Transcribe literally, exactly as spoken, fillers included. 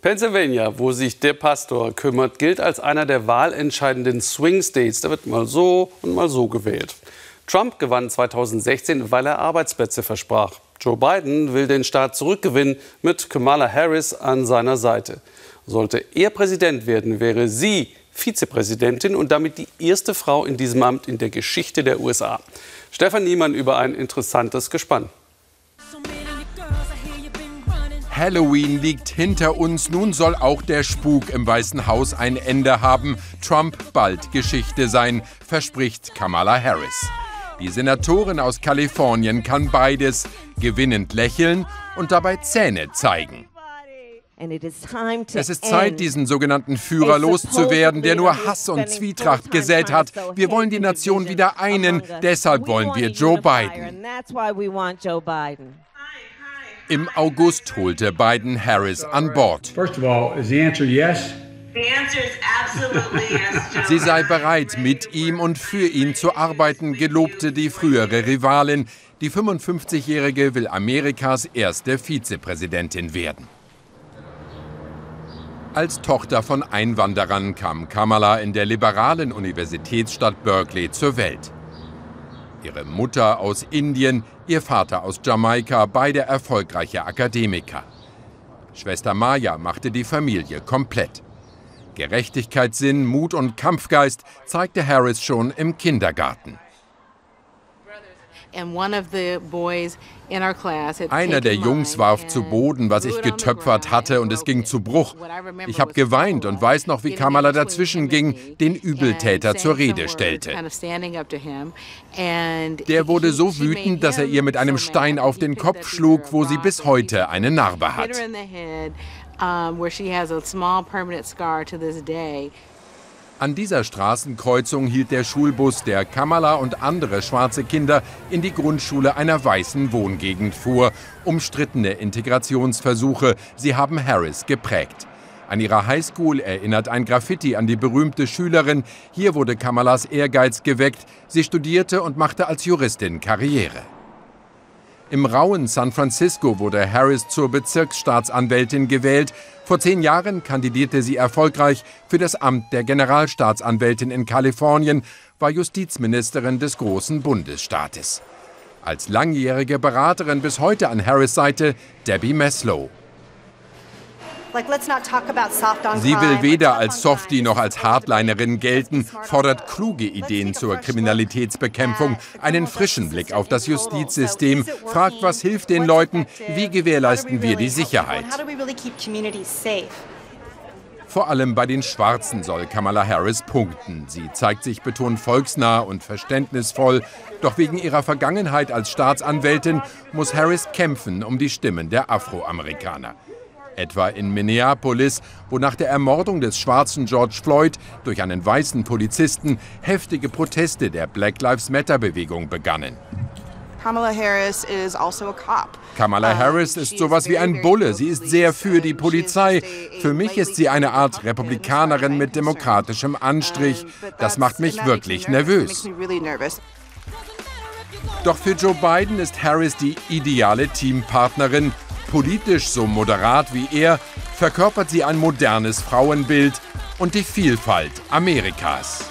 Pennsylvania, wo sich der Pastor kümmert, gilt als einer der wahlentscheidenden Swing States. Da wird mal so und mal so gewählt. Trump gewann zweitausendsechzehn, weil er Arbeitsplätze versprach. Joe Biden will den Staat zurückgewinnen mit Kamala Harris an seiner Seite. Sollte er Präsident werden, wäre sie Vizepräsidentin und damit die erste Frau in diesem Amt in der Geschichte der U S A. Stefan Niemann über ein interessantes Gespann. Halloween liegt hinter uns, nun soll auch der Spuk im Weißen Haus ein Ende haben. Trump bald Geschichte sein, verspricht Kamala Harris. Die Senatorin aus Kalifornien kann beides, gewinnend lächeln und dabei Zähne zeigen. Es ist Zeit, diesen sogenannten Führer loszuwerden, der nur Hass und Zwietracht gesät hat. Wir wollen die Nation wieder einen, deshalb wollen wir Joe Biden. Im August holte Biden Harris an Bord. Sie sei bereit, mit ihm und für ihn zu arbeiten, gelobte die frühere Rivalin. Die fünfundfünfzigjährige will Amerikas erste Vizepräsidentin werden. Als Tochter von Einwanderern kam Kamala in der liberalen Universitätsstadt Berkeley zur Welt. Ihre Mutter aus Indien, ihr Vater aus Jamaika, beide erfolgreiche Akademiker. Schwester Maya machte die Familie komplett. Gerechtigkeitssinn, Mut und Kampfgeist zeigte Harris schon im Kindergarten. Einer der Jungs warf zu Boden, was ich getöpfert hatte, und es ging zu Bruch. Ich habe geweint und weiß noch, wie Kamala dazwischen ging, den Übeltäter zur Rede stellte. Der wurde so wütend, dass er ihr mit einem Stein auf den Kopf schlug, wo sie bis heute eine Narbe hat. An dieser Straßenkreuzung hielt der Schulbus, der Kamala und andere schwarze Kinder in die Grundschule einer weißen Wohngegend fuhr. Umstrittene Integrationsversuche, sie haben Harris geprägt. An ihrer Highschool erinnert ein Graffiti an die berühmte Schülerin. Hier wurde Kamalas Ehrgeiz geweckt. Sie studierte und machte als Juristin Karriere. Im rauen San Francisco wurde Harris zur Bezirksstaatsanwältin gewählt. Vor zehn Jahren kandidierte sie erfolgreich für das Amt der Generalstaatsanwältin in Kalifornien, war Justizministerin des großen Bundesstaates. Als langjährige Beraterin bis heute an Harris' Seite Debbie Maslow. Sie will weder als Softie noch als Hardlinerin gelten, fordert kluge Ideen zur Kriminalitätsbekämpfung, einen frischen Blick auf das Justizsystem, fragt, was hilft den Leuten, wie gewährleisten wir die Sicherheit. Vor allem bei den Schwarzen soll Kamala Harris punkten. Sie zeigt sich betont volksnah und verständnisvoll. Doch wegen ihrer Vergangenheit als Staatsanwältin muss Harris kämpfen um die Stimmen der Afroamerikaner. Etwa in Minneapolis, wo nach der Ermordung des schwarzen George Floyd durch einen weißen Polizisten heftige Proteste der Black Lives Matter-Bewegung begannen. Kamala Harris is also a cop. Kamala Harris ist sowas wie ein Bulle. Sie ist sehr für die Polizei. Für mich ist sie eine Art Republikanerin mit demokratischem Anstrich. Das macht mich wirklich nervös. Doch für Joe Biden ist Harris die ideale Teampartnerin. Politisch so moderat wie er, verkörpert sie ein modernes Frauenbild und die Vielfalt Amerikas.